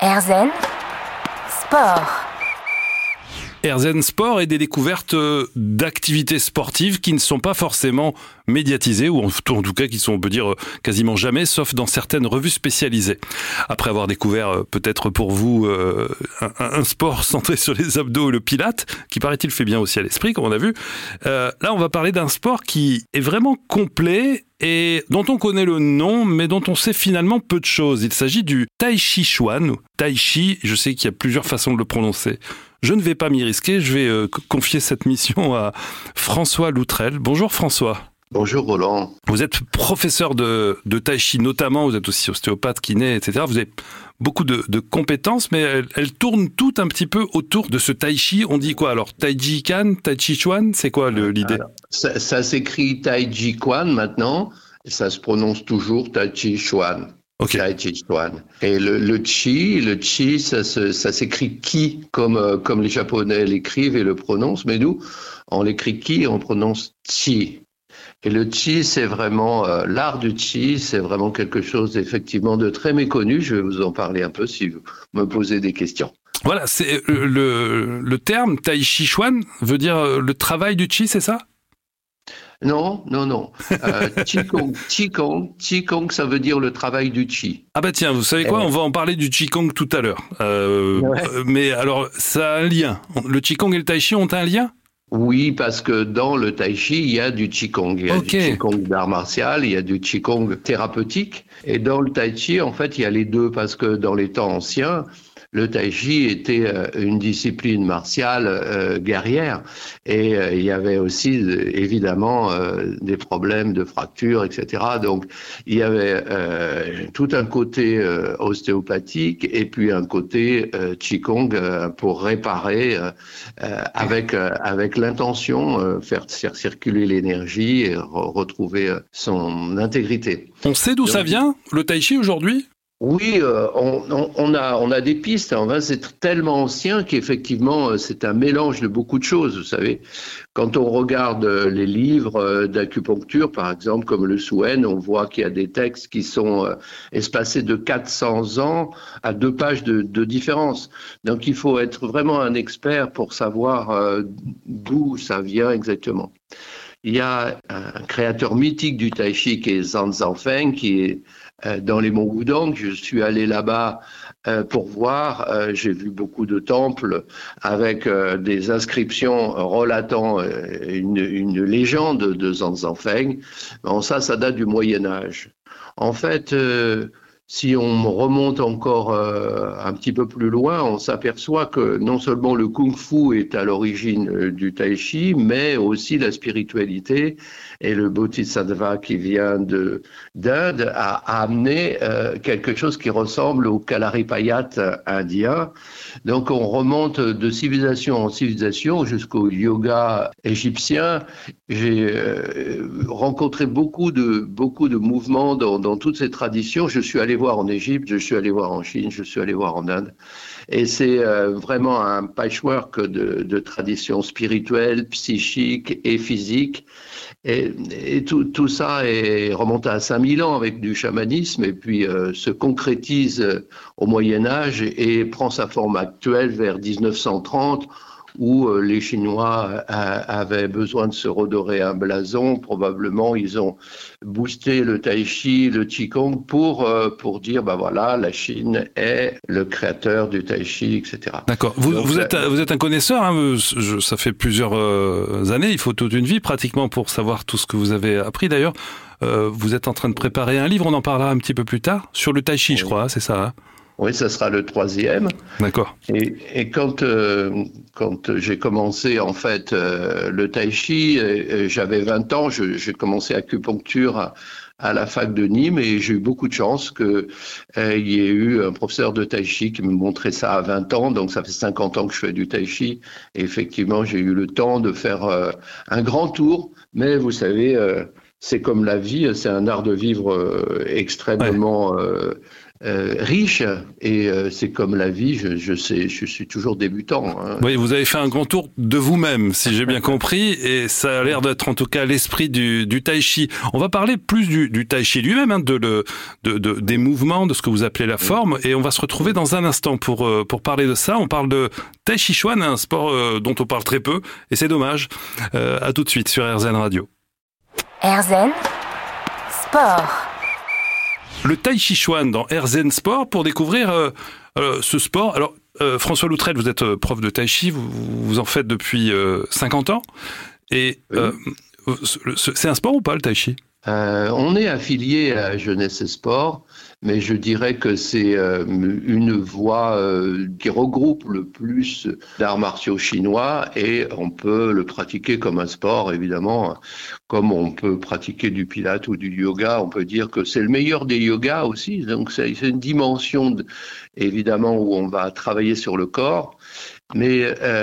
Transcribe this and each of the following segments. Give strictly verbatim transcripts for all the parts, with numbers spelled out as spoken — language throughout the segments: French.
Erzen Sport. Erzen Sport et des découvertes d'activités sportives qui ne sont pas forcément médiatisées, ou en tout cas qui sont, on peut dire, quasiment jamais, sauf dans certaines revues spécialisées. Après avoir découvert peut-être pour vous euh, un, un sport centré sur les abdos et le pilate, qui paraît-il fait bien aussi à l'esprit, comme on a vu, euh, là on va parler d'un sport qui est vraiment complet et dont on connaît le nom, mais dont on sait finalement peu de choses. Il s'agit du Tai Chi Chuan, ou Tai Chi, je sais qu'il y a plusieurs façons de le prononcer. Je ne vais pas m'y risquer, je vais euh, confier cette mission à François Loutrel. Bonjour François. Bonjour Roland. Vous êtes professeur de, de Tai Chi notamment, vous êtes aussi ostéopathe, kiné, et cetera. Vous avez beaucoup de, de compétences, mais elles, elles tournent toutes un petit peu autour de ce Tai Chi. On dit quoi alors? Tai Chi Kan, Tai Chi Chuan, c'est quoi le, l'idée? Alors, ça, ça s'écrit Tai Chi Chuan maintenant, et ça se prononce toujours Tai Chi Chuan. Okay. Tai Chi Chuan. Et le, le chi, le chi, ça, se, ça s'écrit ki, comme, euh, comme les Japonais l'écrivent et le prononcent, mais nous, on l'écrit ki, on prononce chi. Et le chi, c'est vraiment, euh, l'art du chi, c'est vraiment quelque chose effectivement de très méconnu. Je vais vous en parler un peu si vous me posez des questions. Voilà, c'est le, le, le terme Tai Chi Chuan veut dire le travail du chi, c'est ça? Non, non, non. Euh, Qigong, Qigong, Qigong, ça veut dire le travail du Qi. Ah bah tiens, vous savez quoi, on va en parler du Qigong tout à l'heure. Euh, ouais. Mais alors, ça a un lien. Le Qigong et le Tai Chi ont un lien? Oui, parce que dans le Tai Chi, il y a du Qigong. Il y a okay. du Qigong d'art martial, il y a du Qigong thérapeutique. Et dans le Tai Chi, en fait, il y a les deux, parce que dans les temps anciens, le Tai Chi était une discipline martiale euh, guerrière et euh, il y avait aussi euh, évidemment euh, des problèmes de fractures, et cetera. Donc il y avait euh, tout un côté euh, ostéopathique et puis un côté euh, Qigong euh, pour réparer euh, euh, avec euh, avec l'intention euh, faire, faire circuler l'énergie et re- retrouver euh, son intégrité. On sait d'où Donc, ça vient, le Tai Chi aujourd'hui ? Oui, euh, on, on, on, a, on a des pistes. Enfin, c'est tellement ancien qu'effectivement, c'est un mélange de beaucoup de choses. Vous savez, quand on regarde les livres d'acupuncture, par exemple, comme le Suen, on voit qu'il y a des textes qui sont espacés de quatre cents ans à deux pages de, de différence. Donc, il faut être vraiment un expert pour savoir euh, d'où ça vient exactement. Il y a un créateur mythique du Tai Chi qui est Zhang Zhaofeng, qui est dans les monts Wudang. Je suis allé là-bas euh, pour voir. Euh, j'ai vu beaucoup de temples avec euh, des inscriptions relatant euh, une, une légende de Zhang Zhaofeng. Bon, ça, ça date du Moyen Âge. En fait, euh, si on remonte encore euh, un petit peu plus loin, on s'aperçoit que non seulement le kung-fu est à l'origine euh, du tai chi, mais aussi la spiritualité et le bodhisattva qui vient de, d'Inde a, a amené euh, quelque chose qui ressemble au Kalaripayat indien. Donc on remonte de civilisation en civilisation jusqu'au yoga égyptien. J'ai euh, rencontré beaucoup de, beaucoup de mouvements dans, dans toutes ces traditions. Je suis allé voir en Égypte, je suis allé voir en Chine, je suis allé voir en Inde. Et c'est euh, vraiment un patchwork de, de traditions spirituelles, psychiques et physiques. Et, et tout, tout ça est remonté à cinq mille ans avec du chamanisme et puis euh, se concrétise euh, au Moyen-Âge et, et prend sa forme actuelle vers dix-neuf cent trente où euh, les Chinois a, avaient besoin de se redorer un blason. Probablement, ils ont boosté le Tai Chi, le Qigong pour, euh, pour dire, ben voilà, la Chine est le créateur du Tai Chi, et cetera. D'accord. Vous, Donc, vous, êtes, vous êtes un connaisseur, hein, je, ça fait plusieurs euh, années, il faut toute une vie pratiquement pour savoir tout ce que vous avez appris d'ailleurs. Euh, vous êtes en train de préparer un livre, on en parlera un petit peu plus tard, sur le Tai Chi, oui. Je crois, hein, c'est ça, hein? Oui, ça sera le troisième. D'accord. Et, et quand euh, quand j'ai commencé en fait euh, le tai chi, euh, j'avais vingt ans, je, j'ai commencé acupuncture à, à la fac de Nîmes et j'ai eu beaucoup de chance que euh, il y ait eu un professeur de tai chi qui me montrait ça à vingt ans. Donc ça fait cinquante ans que je fais du tai chi. Et effectivement, j'ai eu le temps de faire euh, un grand tour. Mais vous savez, euh, c'est comme la vie, c'est un art de vivre euh, extrêmement ouais. euh, euh, riche. Et euh, c'est comme la vie, je, je sais, je suis toujours débutant. Hein. Oui, vous avez fait un grand tour de vous-même, si j'ai bien compris, et ça a l'air d'être en tout cas l'esprit du, du tai chi. On va parler plus du, du tai chi lui-même, hein, de, le, de, de, des mouvements, de ce que vous appelez la forme, et on va se retrouver dans un instant pour, pour parler de ça. On parle de tai chi chuan, un sport dont on parle très peu, et c'est dommage. Euh, à tout de suite sur R Z N Radio. R Z N Sport. Le tai chi chuan dans R Z N Sport pour découvrir euh, euh, ce sport. Alors, euh, François Loutrel, vous êtes euh, prof de tai chi, vous, vous en faites depuis euh, cinquante ans. Et oui. euh, c'est un sport ou pas, le tai chi ? Euh, on est affilié à Jeunesse et Sport, mais je dirais que c'est euh, une voie euh, qui regroupe le plus d'arts martiaux chinois et on peut le pratiquer comme un sport, évidemment, comme on peut pratiquer du pilates ou du yoga. On peut dire que c'est le meilleur des yogas aussi, donc c'est une dimension, de, évidemment, où on va travailler sur le corps. Mais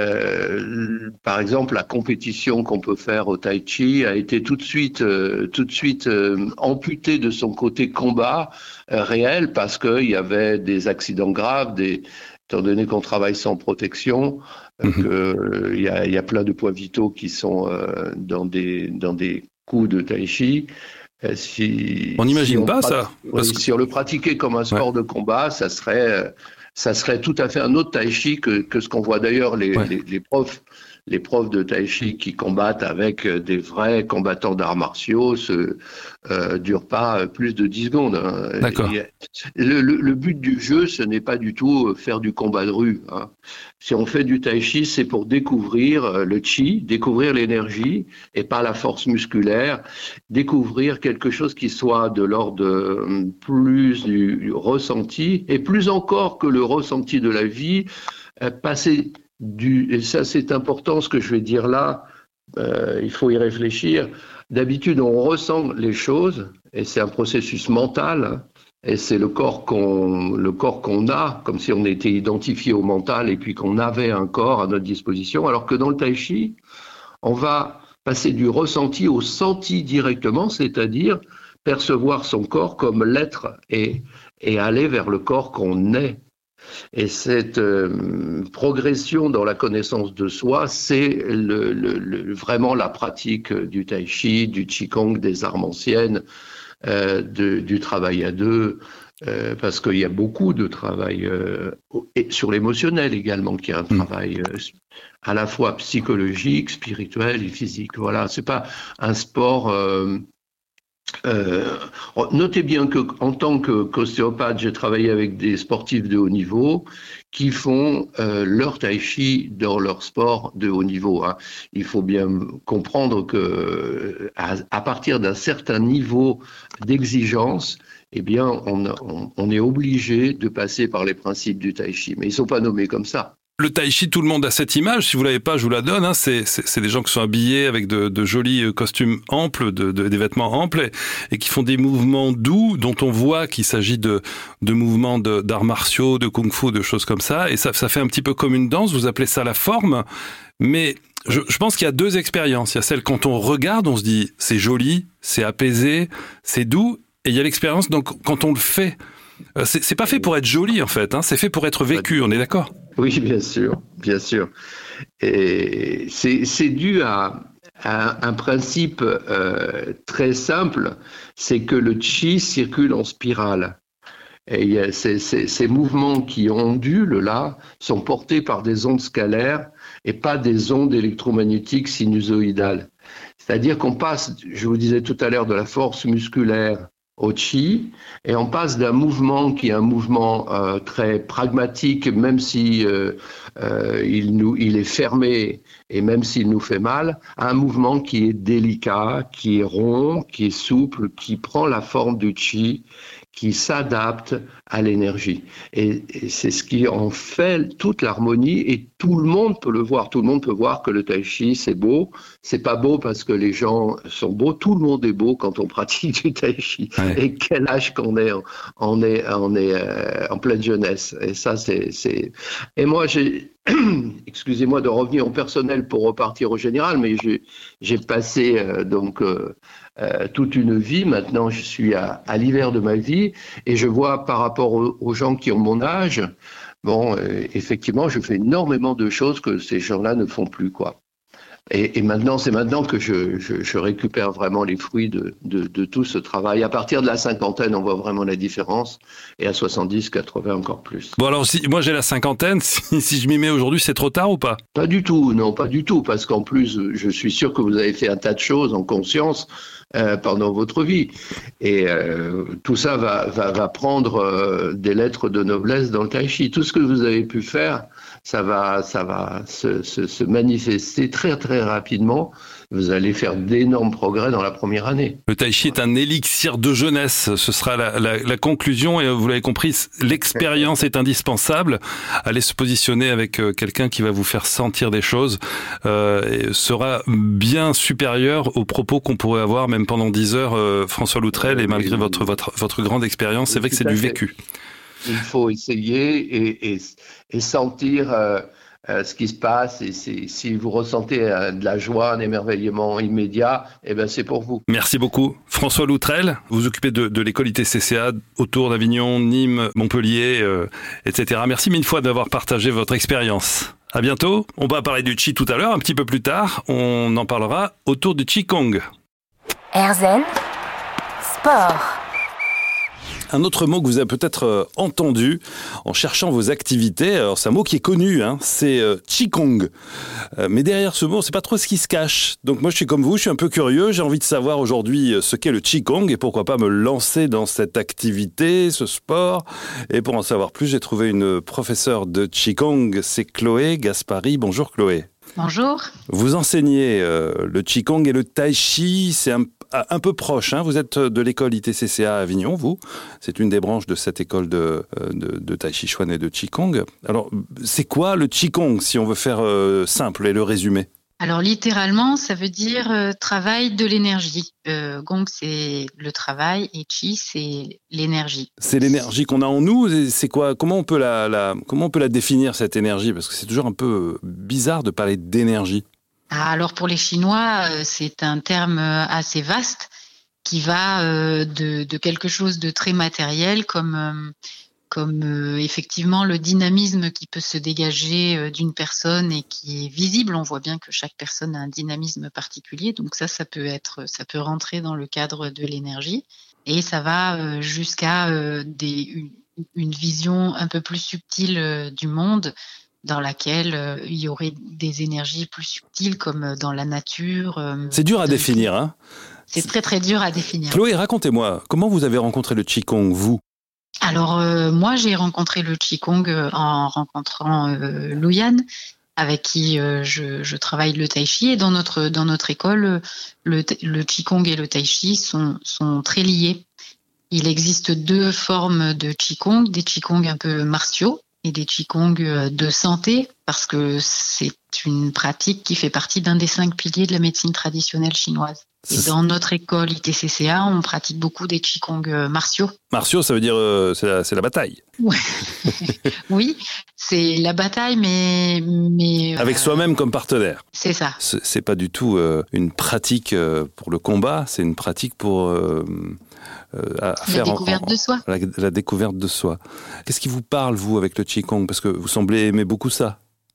euh, par exemple, la compétition qu'on peut faire au tai chi a été tout de suite, euh, tout de suite euh, amputée de son côté combat euh, réel parce qu'il y avait des accidents graves, des, étant donné qu'on travaille sans protection, euh, mmh. que, il y a, il y a plein de points vitaux qui sont euh, dans des dans des coups de tai chi. Euh, si, on n'imagine si on pas prat- ça. Parce que... Si on le pratiquait comme un sport ouais. de combat, ça serait euh, ça serait tout à fait un autre tai chi que, que ce qu'on voit d'ailleurs les, ouais. les, les profs, les profs de tai chi qui combattent avec des vrais combattants d'arts martiaux se euh, durent pas plus de dix secondes. Hein. D'accord. Le, le, le but du jeu, ce n'est pas du tout faire du combat de rue. Hein. Si on fait du tai chi, c'est pour découvrir le chi, découvrir l'énergie et pas la force musculaire, découvrir quelque chose qui soit de l'ordre de plus du, du ressenti et plus encore que le ressenti de la vie, euh, passer du, et ça c'est important ce que je vais dire là, euh, il faut y réfléchir. D'habitude on ressent les choses et c'est un processus mental, hein, et c'est le corps qu'on, le corps qu'on a, comme si on était identifié au mental et puis qu'on avait un corps à notre disposition, alors que dans le tai chi, on va passer du ressenti au senti directement, c'est-à-dire percevoir son corps comme l'être et, et aller vers le corps qu'on est. Et cette euh, progression dans la connaissance de soi, c'est le, le, le, vraiment la pratique du tai chi, du qigong, des arts anciennes, euh, de, du travail à deux, euh, parce qu'il y a beaucoup de travail euh, et sur l'émotionnel également, qui est un travail euh, à la fois psychologique, spirituel et physique. Voilà, c'est pas un sport. Euh, Euh, notez bien que, en tant que, qu'ostéopathe, j'ai travaillé avec des sportifs de haut niveau qui font euh, leur tai chi dans leur sport de haut niveau. Hein. Il faut bien comprendre que à, à partir d'un certain niveau d'exigence, eh bien, on, on, on est obligé de passer par les principes du tai chi, mais ils sont pas nommés comme ça. Le tai chi, tout le monde a cette image. Si vous l'avez pas, je vous la donne. Hein. C'est, c'est, c'est des gens qui sont habillés avec de, de jolis costumes amples, de, de, des vêtements amples, et, et qui font des mouvements doux, dont on voit qu'il s'agit de, de mouvements de, d'arts martiaux, de kung-fu, de choses comme ça. Et ça, ça fait un petit peu comme une danse. Vous appelez ça la forme. Mais je, je pense qu'il y a deux expériences. Il y a celle quand on regarde, on se dit c'est joli, c'est apaisé, c'est doux. Et il y a l'expérience donc quand on le fait. C'est, c'est pas fait pour être joli en fait. Hein. C'est fait pour être vécu. On est d'accord ? Oui, bien sûr, bien sûr. Et c'est, c'est dû à, à un principe euh, très simple, c'est que le chi circule en spirale. Et ces, ces, ces mouvements qui ondulent là sont portés par des ondes scalaires et pas des ondes électromagnétiques sinusoïdales. C'est-à-dire qu'on passe, je vous disais tout à l'heure, de la force musculaire au chi, et on passe d'un mouvement qui est un mouvement euh, très pragmatique, même si euh, euh, il, nous, il est fermé et même s'il nous fait mal, à un mouvement qui est délicat, qui est rond, qui est souple, qui prend la forme du chi, qui s'adapte à l'énergie. Et, et c'est ce qui en fait toute l'harmonie, et tout le monde peut le voir. Tout le monde peut voir que le tai chi, c'est beau. C'est pas beau parce que les gens sont beaux. Tout le monde est beau quand on pratique du tai chi. Ouais. Et quel âge qu'on est, on est, on est euh, en pleine jeunesse. Et ça, c'est, c'est... Et moi, j'ai, excusez-moi, de revenir au personnel pour repartir au général, mais j'ai, j'ai passé euh, donc euh, euh, toute une vie. Maintenant, je suis à, à l'hiver de ma vie et je vois par rapport aux, aux gens qui ont mon âge, bon, euh, effectivement, je fais énormément de choses que ces gens-là ne font plus, quoi. Et, et maintenant, c'est maintenant que je, je, je récupère vraiment les fruits de, de, de tout ce travail. À partir de la cinquantaine, on voit vraiment la différence. Et à soixante-dix, quatre-vingts, encore plus. Bon, alors, si, moi j'ai la cinquantaine, si, si je m'y mets aujourd'hui, c'est trop tard ou pas? Pas du tout, non, pas du tout. Parce qu'en plus, je suis sûr que vous avez fait un tas de choses en conscience euh, pendant votre vie. Et euh, tout ça va, va, va prendre euh, des lettres de noblesse dans le tai chi. Tout ce que vous avez pu faire, ça va, ça va se, se, se manifester très, très rapidement. Vous allez faire d'énormes progrès dans la première année. Le tai chi est un élixir de jeunesse. Ce sera la, la, la conclusion. Et vous l'avez compris, l'expérience est indispensable. Allez se positionner avec quelqu'un qui va vous faire sentir des choses euh, et sera bien supérieur aux propos qu'on pourrait avoir même pendant dix heures, euh, François Loutrel. Et malgré votre, votre, votre grande expérience, c'est vrai que c'est du vécu. Il faut essayer et, et, et sentir euh, euh, ce qui se passe. Et si vous ressentez euh, de la joie, un émerveillement immédiat, eh ben c'est pour vous. Merci beaucoup. François Loutrel, vous vous occupez de, de l'école I T C C A autour d'Avignon, Nîmes, Montpellier, euh, et cetera. Merci mille fois d'avoir partagé votre expérience. À bientôt. On va parler du Qi tout à l'heure, un petit peu plus tard. On en parlera autour du Qigong. Erzen Sport. Un autre mot que vous avez peut-être entendu en cherchant vos activités, alors c'est un mot qui est connu, hein, c'est euh, Qigong. Euh, mais derrière ce mot, on ne sait pas trop ce qui se cache. Donc moi je suis comme vous, je suis un peu curieux, j'ai envie de savoir aujourd'hui ce qu'est le Qigong et pourquoi pas me lancer dans cette activité, ce sport. Et pour en savoir plus, j'ai trouvé une professeure de Qigong, c'est Chloé Gaspari. Bonjour Chloé. Bonjour. Vous enseignez euh, le Qigong et le Tai Chi, c'est un, un peu proche. Hein. Vous êtes de l'école I T C C A à Avignon, vous. C'est une des branches de cette école de, de, de Tai Chi Chuan et de Qigong. Alors, c'est quoi le Qigong, si on veut faire euh, simple et le résumer ? Alors, littéralement, ça veut dire euh, travail de l'énergie. Euh, Gong, c'est le travail et Qi, c'est l'énergie. C'est l'énergie qu'on a en nous. C'est quoi ? Comment on peut la, la, comment on peut la définir, cette énergie ? Parce que c'est toujours un peu bizarre de parler d'énergie. Alors, pour les Chinois, euh, c'est un terme assez vaste qui va euh, de, de quelque chose de très matériel comme... Euh, comme euh, effectivement le dynamisme qui peut se dégager euh, d'une personne et qui est visible. On voit bien que chaque personne a un dynamisme particulier, donc ça, ça peut être, ça peut rentrer dans le cadre de l'énergie. Et ça va euh, jusqu'à euh, des, une, une vision un peu plus subtile euh, du monde, dans laquelle euh, il y aurait des énergies plus subtiles, comme dans la nature. Euh, C'est dur à de... définir, hein ? C'est très très dur à définir. Chloé, racontez-moi, comment vous avez rencontré le Qigong, vous ? Alors, euh, moi, j'ai rencontré le Qigong euh, en rencontrant euh, Lou Yan, avec qui euh, je, je travaille le Tai Chi. Et dans notre, dans notre école, le, le Qigong et le Tai Chi sont, sont très liés. Il existe deux formes de Qigong, des Qigong un peu martiaux et des Qigong de santé, parce que c'est une pratique qui fait partie d'un des cinq piliers de la médecine traditionnelle chinoise. Et dans notre école I T C C A, on pratique beaucoup des Qigong martiaux. Martiaux, ça veut dire euh, c'est, la, c'est la bataille. Ouais. Oui, c'est la bataille, mais... mais avec euh, soi-même comme partenaire. C'est ça. C'est, c'est pas du tout euh, une pratique euh, pour le combat, c'est une pratique pour... Euh, euh, à la faire découverte en, en, de soi. La, la découverte de soi. Qu'est-ce qui vous parle, vous, avec le Qigong ? Parce que vous semblez aimer beaucoup ça.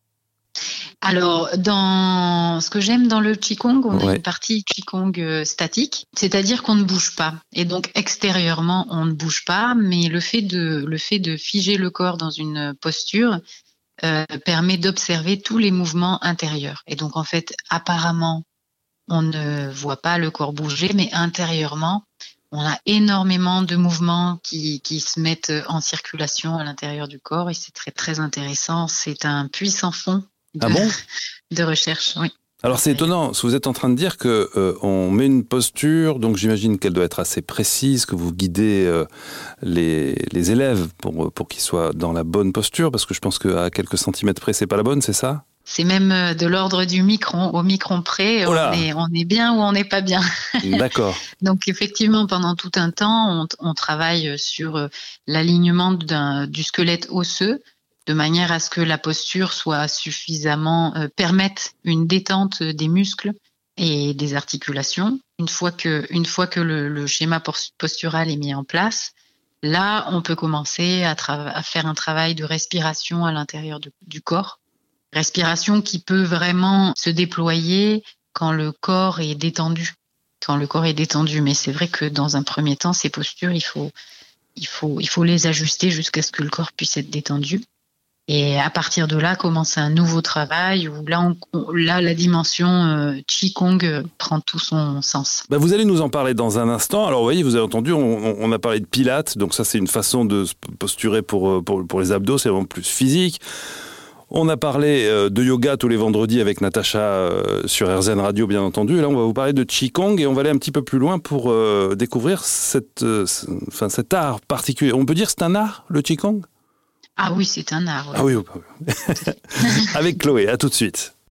Alors, dans ce que j'aime dans le Qigong, on ouais. a une partie Qigong statique, c'est-à-dire qu'on ne bouge pas. Et donc, extérieurement, on ne bouge pas, mais le fait de, le fait de figer le corps dans une posture euh, permet d'observer tous les mouvements intérieurs. Et donc, en fait, apparemment, on ne voit pas le corps bouger, mais intérieurement, on a énormément de mouvements qui, qui se mettent en circulation à l'intérieur du corps et c'est très, très intéressant. C'est un puits sans fond de, ah bon de recherche, oui. Alors c'est étonnant, vous êtes en train de dire que euh, on met une posture, donc j'imagine qu'elle doit être assez précise, que vous guidez euh, les, les élèves pour, pour qu'ils soient dans la bonne posture, parce que je pense qu'à quelques centimètres près, c'est pas la bonne, c'est ça ? C'est même de l'ordre du micron, au micron près, on est, on est bien ou on n'est pas bien. D'accord. Donc effectivement, pendant tout un temps, on, on travaille sur l'alignement d'un, du squelette osseux de manière à ce que la posture soit suffisamment, euh, permette une détente des muscles et des articulations. Une fois que, une fois que le, le schéma postural est mis en place, là, on peut commencer à, tra- à faire un travail de respiration à l'intérieur de, du corps. Respiration qui peut vraiment se déployer quand le corps est détendu. Quand le corps est détendu. Mais c'est vrai que dans un premier temps, ces postures, il faut, il faut, il faut les ajuster jusqu'à ce que le corps puisse être détendu. Et à partir de là, commence un nouveau travail où là, on, on, là la dimension euh, Qigong euh, prend tout son sens. Bah vous allez nous en parler dans un instant. Alors, vous voyez, vous avez entendu, on, on a parlé de pilates. Donc ça, c'est une façon de se posturer pour, pour, pour les abdos. C'est vraiment plus physique. On a parlé de yoga tous les vendredis avec Natacha sur R Z N Radio, bien entendu. Et là, on va vous parler de Qigong et on va aller un petit peu plus loin pour euh, découvrir cette, euh, enfin, cet art particulier. On peut dire que c'est un art, le Qigong ? Ah oui, c'est un art. Oui. Ah oui, oui. Avec Chloé, à tout de suite.